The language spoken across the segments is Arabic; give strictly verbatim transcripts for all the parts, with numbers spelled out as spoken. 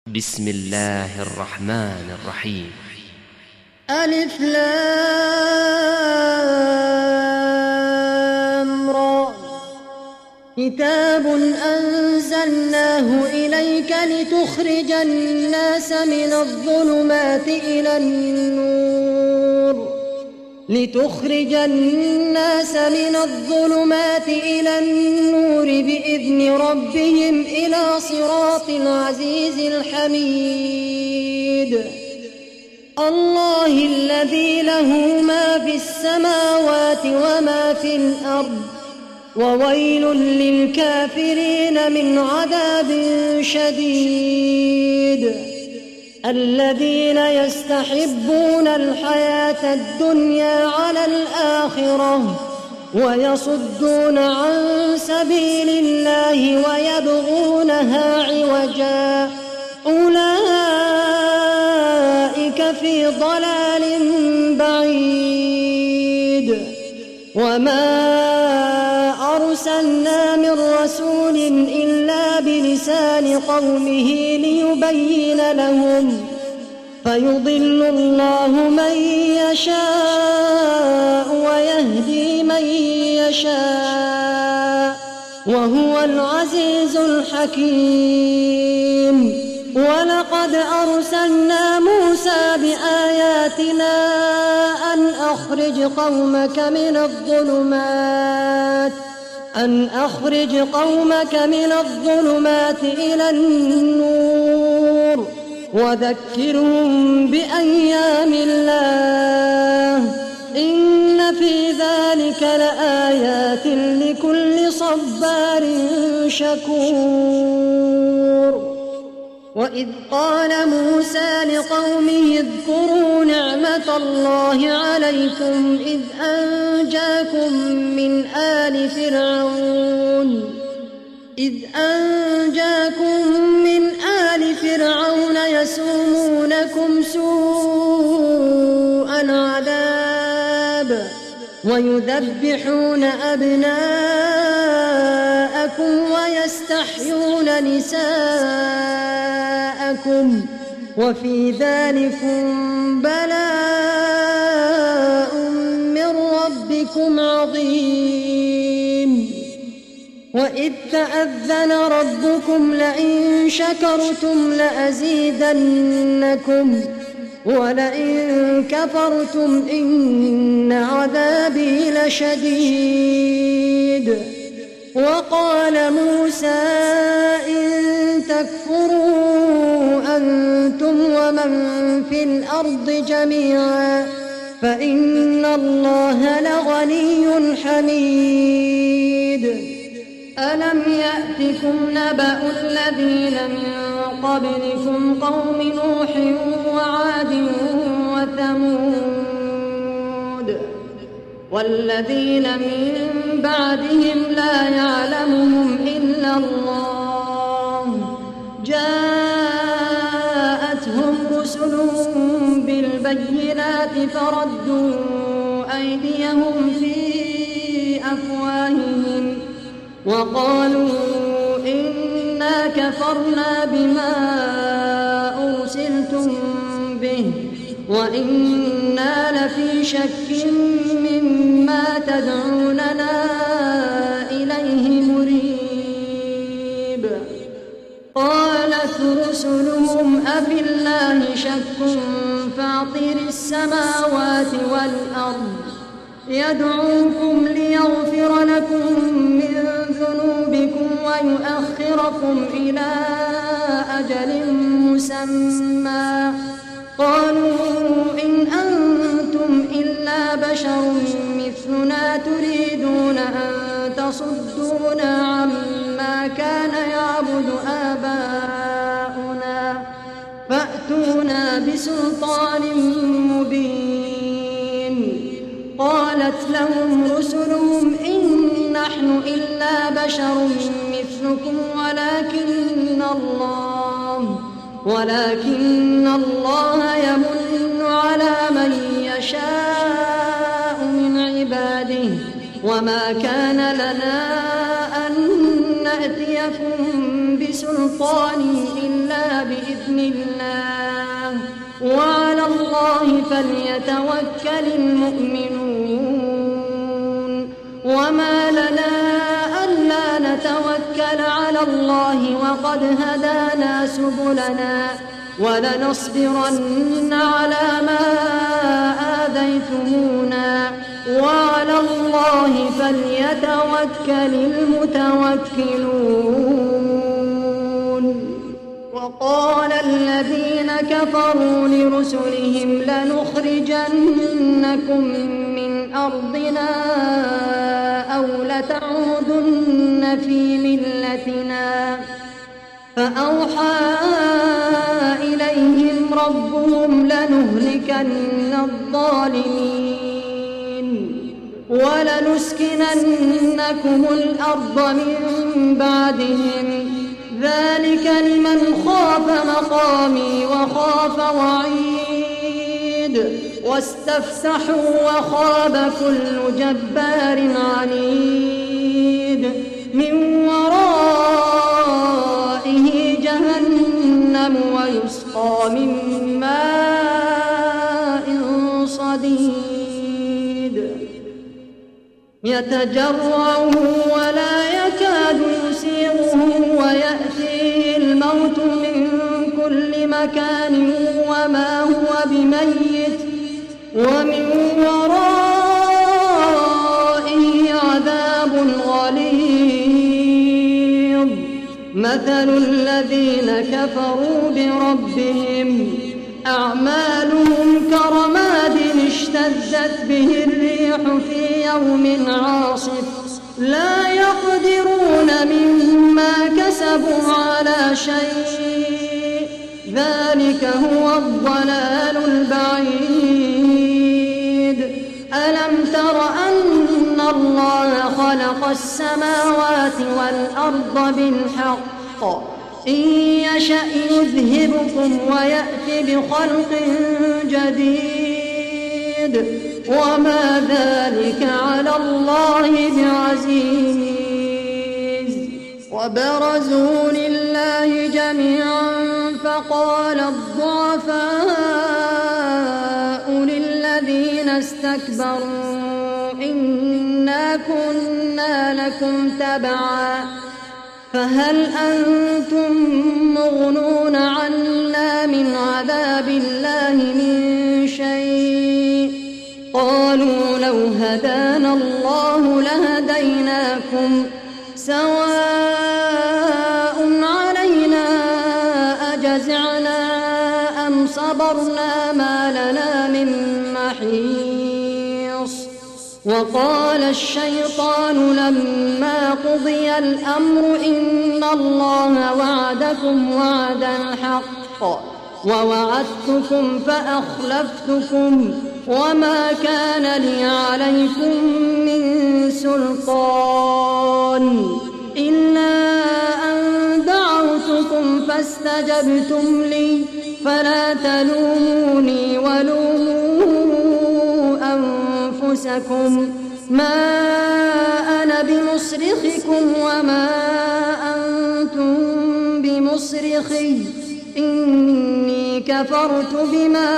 بسم الله الرحمن الرحيم. ألف لام را. كتاب أنزلناه إليك لتخرج الناس من الظلمات إلى النور لتخرج الناس من الظلمات إلى النور بإذن ربهم إلى صراط العزيز الحميد. الله الذي له ما في السماوات وما في الأرض، وويل للكافرين من عذاب شديد. الذين يستحبون الحياة الدنيا على الآخرة ويصدون عن سبيل الله ويبغونها عوجا، أولئك في ضلال بعيد. وما أرسلنا من رسول إلا بلسان قومه ليبين لهم، فيضل الله من يشاء ويهدي من يشاء، وهو العزيز الحكيم. ولقد أرسلنا موسى بآياتنا أن أخرج قومك من الظلمات أن أخرج قومك من الظلمات إلى النور وذكرهم بأيام الله، إن في ذلك لآيات لكل صبار شكور. وإذ قال موسى لقومه اذكروا نعمة الله عليكم إذ أنجاكم من آل فرعون إذ أنجاكم من آل فرعون يسومونكم سوء العذاب ويذبحون أبناءكم ويستحيون نساءكم، وفي ذلكم بلاء من ربكم عظيم. وإذ تأذن ربكم لئن شكرتم لأزيدنكم ولئن كفرتم إن عذابي لشديد. وقال موسى إن تكفروا أنتم ومن في الأرض جميعا فإن الله لغني حميد. ألم يأتكم نبأ الذين من قبلكم قوم نوح وعاد وثمود والذين من بعدهم لا يعلمهم إلا الله، جاءتهم رسلهم بالبينات فردوا أيديهم في أفواههم وقالوا إنا كفرنا بما أرسلتم به وإنا لفي شك مما تدعوننا إليه مريب. قالت رسلهم أفي الله شك فاطر السماوات والأرض يدعوكم ليغفر لكم من ذنوبكم ويؤخركم إلى أجل مسمى، قالوا إن أنتم إلا بشر مثلنا تريدون أن تصدونا عما كان يعبد آباؤنا فأتونا بسلطان مبين. قالت لهم رسلهم إن نحن إلا بشر مثلكم ولكن الله ولكن الله يمن على من يشاء من عباده وما كان لنا أن نأتيكم سلطان إلا بإذن الله وعلى الله فليتوكل المؤمنون وما لنا ألا نتوكل على الله وقد هدانا سبلنا ولنصبرن على ما آذيتمونا وعلى الله فليتوكل المتوكلون. وقال الذين كفروا لرسلهم لنخرجنكم من أرضنا أو لتعودن في ملتنا فأوحى إليهم ربهم لنهلكن الظالمين ولنسكننكم الأرض من بعدهم ذلك لمن خاف مقامي وخاف وعيد واستفتحوا وخاب كل جبار عنيد من ورائه جهنم ويسقى من ماء صديد يتجرعه ولا يكاد يسيغه ويأتيه الموت من كل مكان وما هو بميت ومن ورائه عذاب غليظ. مثل الذين كفروا بربهم أعمالهم كرماد اشتدت به الريح في يوم عاصف لا يقدرون مما كسبوا على شيء ذلك هو الضلال البعيد. ألم تر أن الله خلق السماوات والأرض بالحق إن يشأ يذهبكم ويأتي بخلق جديد وما ذلك على الله بعزيز. وبرزوا لله جميعا فقال الضعفاء للذين استكبروا إنا كنا لكم تبعا فهل أنتم مغنون عنا من عذاب الله من شيء قالوا لو هدانا الله لهديناكم سواء علينا أجزعنا أم صبرنا ما لنا من محيص. وقال الشيطان لما قضي الأمر إن الله وعدكم وعد الحق ووعدتكم فأخلفتكم وما كان لي عليكم من سلطان إلا أن دعوتكم فاستجبتم لي فلا تلوموني ولوموا أنفسكم ما أنا بمصرخكم وما أنتم بمصرخي إني كفرت بما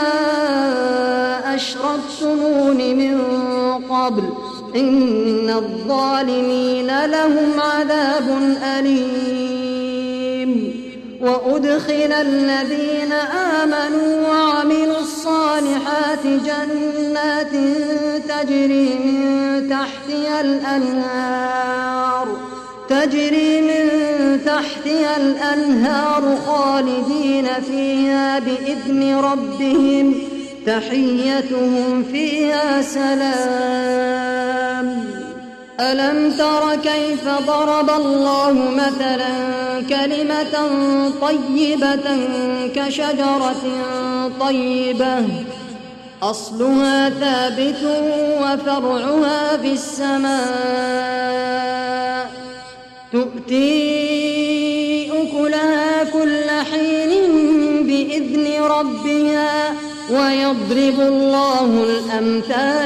أشركتمون من قبل إن الظالمين لهم عذاب أليم. وأدخل الذين آمنوا وعملوا الصالحات جنات تجري من تحتها الأنهار تجري من تحتها الأنهار خالدين فيها بإذن ربهم تحيتهم فيها سلام. ألم تر كيف ضرب الله مثلا كلمة طيبة كشجرة طيبة أصلها ثابت وفرعها في السماء تؤتي أكلها كل حين بإذن ربها ويضرب الله الأمثال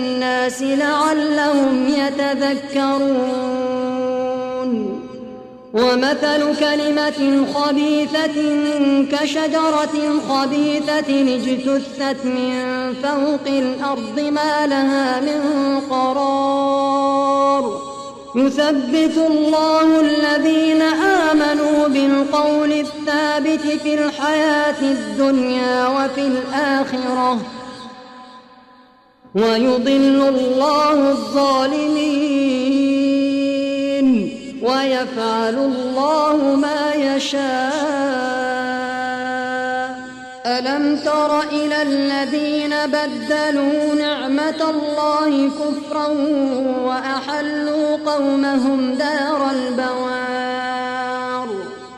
للناس لعلهم يتذكرون. ومثل كلمة خبيثة كشجرة خبيثة اجتثت من فوق الأرض ما لها من قرار يثبت الله الذين آمنوا بالقول الثابت في الحياة الدنيا وفي الآخرة ويضل الله الظالمين ويفعل الله ما يشاء. ألم تر إلى الذين بدلوا نعمة الله كفرا وأحلوا قومهم دار البوار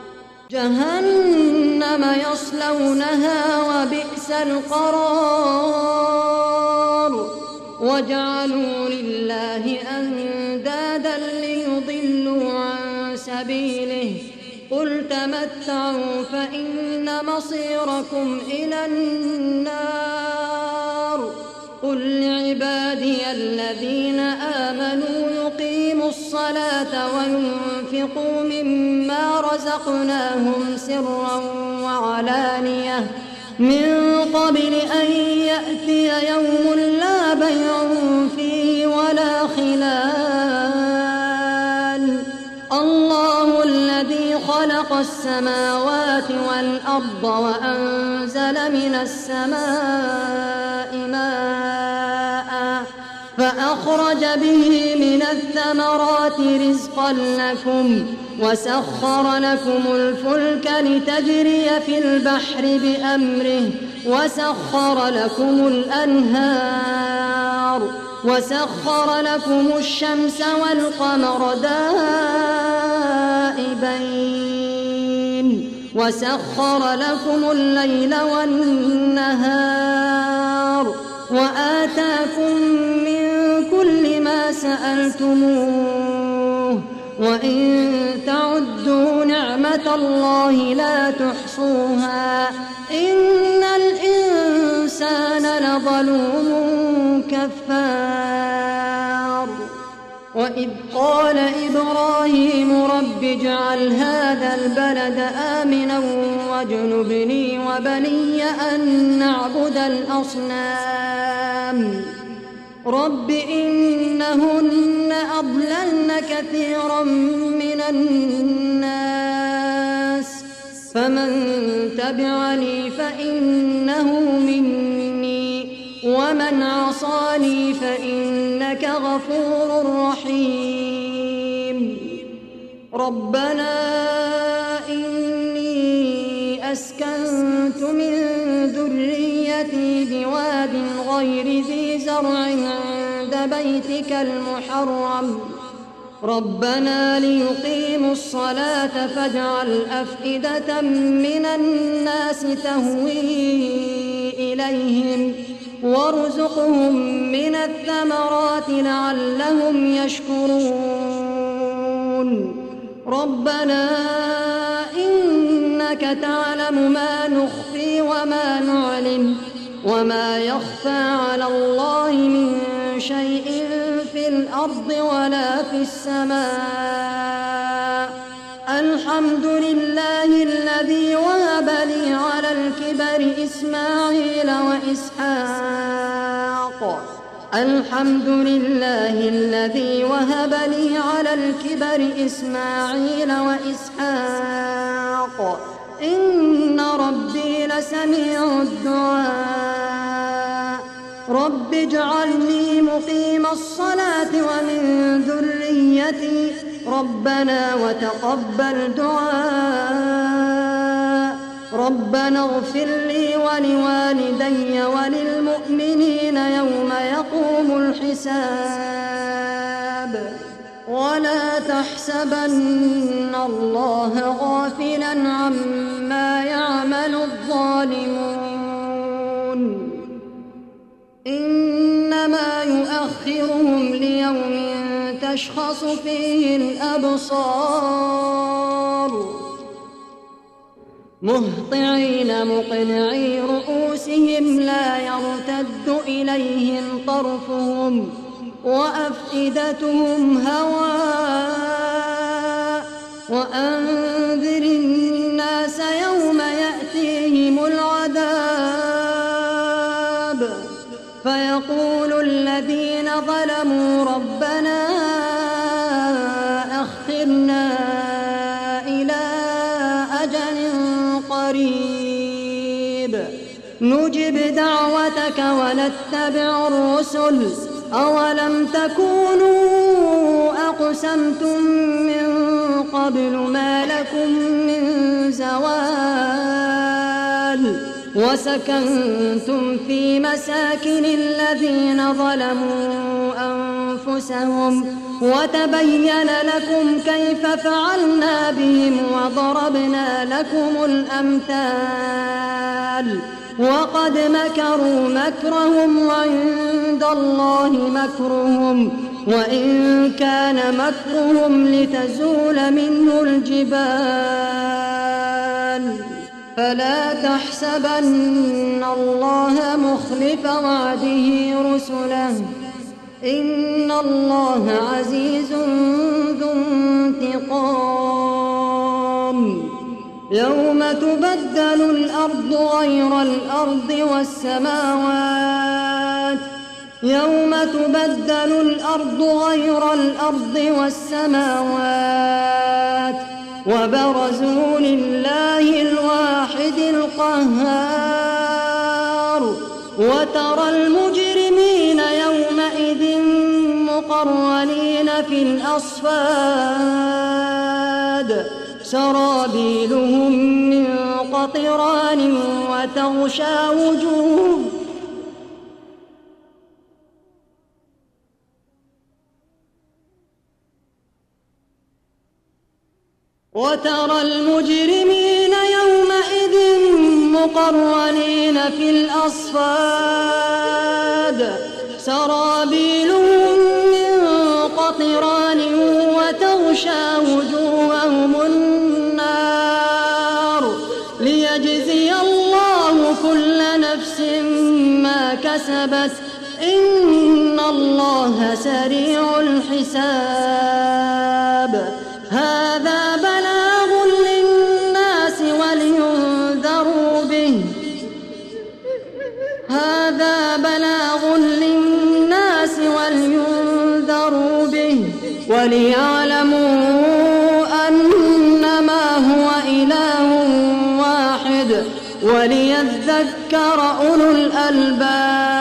جهنم يصلونها وبئس القرار وجعلوا لله أندادا ليضلوا عن سبيله قل تمتعوا فإن مصيركم إلى النار قل لعبادي الذين آمنوا يقيموا الصلاة وينفقوا مما رزقناهم سرا وعلانية من قبل أن يأتي يوم لا بيع فيه ولا خلال الله الذي خلق السماوات والأرض وأنزل من السماء ماء فأخرج به من الثمرات رزقا لكم وسخر لكم الفلك لتجري في البحر بأمره وسخر لكم الأنهار وسخر لكم الشمس والقمر دائبين وسخر لكم الليل والنهار وآتاكم من كل ما سألتموه وإن تعدوا نعمة الله لا تحصوها إن الإنسان لظلوم كفار. وإذ قال إبراهيم رب اجعل هذا البلد آمنا واجنبني وبني أن نعبد الأصنام رب إنهن أضللن كثيرا من الناس فمن تبعني فإنه مني ومن عصاني فإنك غفور رحيم. ربنا إني أسكنت من ذريتي بواد غير ذي زرع عند بيتك المحرم ربنا ليقيموا الصلاة فاجعل أفئدة من الناس تهوي إليهم وارزقهم من الثمرات لعلهم يشكرون. ربنا إنك تعلم ما نخفي وما نعلن وما يخفى على الله من شيء في الأرض ولا في السماء. الحمد لله الذي وهب لي على الكبر إسماعيل وإسحاق الحمد لله الذي وهب لي على الكبر إسماعيل وإسحاق إن ربي لسميع الدعاء. رب اجعلني مقيم الصلاة ومن ذريتي ربنا وتقبل دعاء. ربنا اغفر لي ولوالدي وللمؤمنين يوم يقوم الحساب. ولا تحسبن الله غافلا عما يعمل الظالمون إنما يؤخرهم ليوم تشخص فيه الأبصار مهطعين مقنعي رؤوسهم لا يرتد إليهم طرفهم وأفئدتهم هواء وأنذر الناس يوم يأتيهم العذاب فيقول الذين ظلموا ربنا أخرنا إلى أجل قريب نجب دعوتك ونتبع الرسل أولم تكونوا أقسمتم من قبل ما لكم من زوال وسكنتم في مساكن الذين ظلموا أنفسهم وتبين لكم كيف فعلنا بهم وضربنا لكم الأمثال وقد مكروا مكرهم وعند الله مكرهم وإن كان مكرهم لتزول منه الجبال فلا تحسبن الله مخلف وعده رسله إن الله عزيز ذو انتقام يوم تبدل الأرض غير الأرض والسماوات يوم تبدل الأرض غير الأرض والسماوات وبرزوا لله الواحد القهار وترى المجرمين يومئذ مقرنين في الأصفاد سرابيلهم من قطران وتغشى وجوههم وترى المجرمين يومئذ مقرنين في الأصفاد سرابيلهم من قطران وتغشى وجوههم النار ليجزي الله كل نفس ما كسبت إن الله سريع الحساب هذا بلاغ للناس ولينذروا به هذا بلاغ للناس ولينذروا به وليعلموا أنما هو إله واحد وليذكر أولو الألباب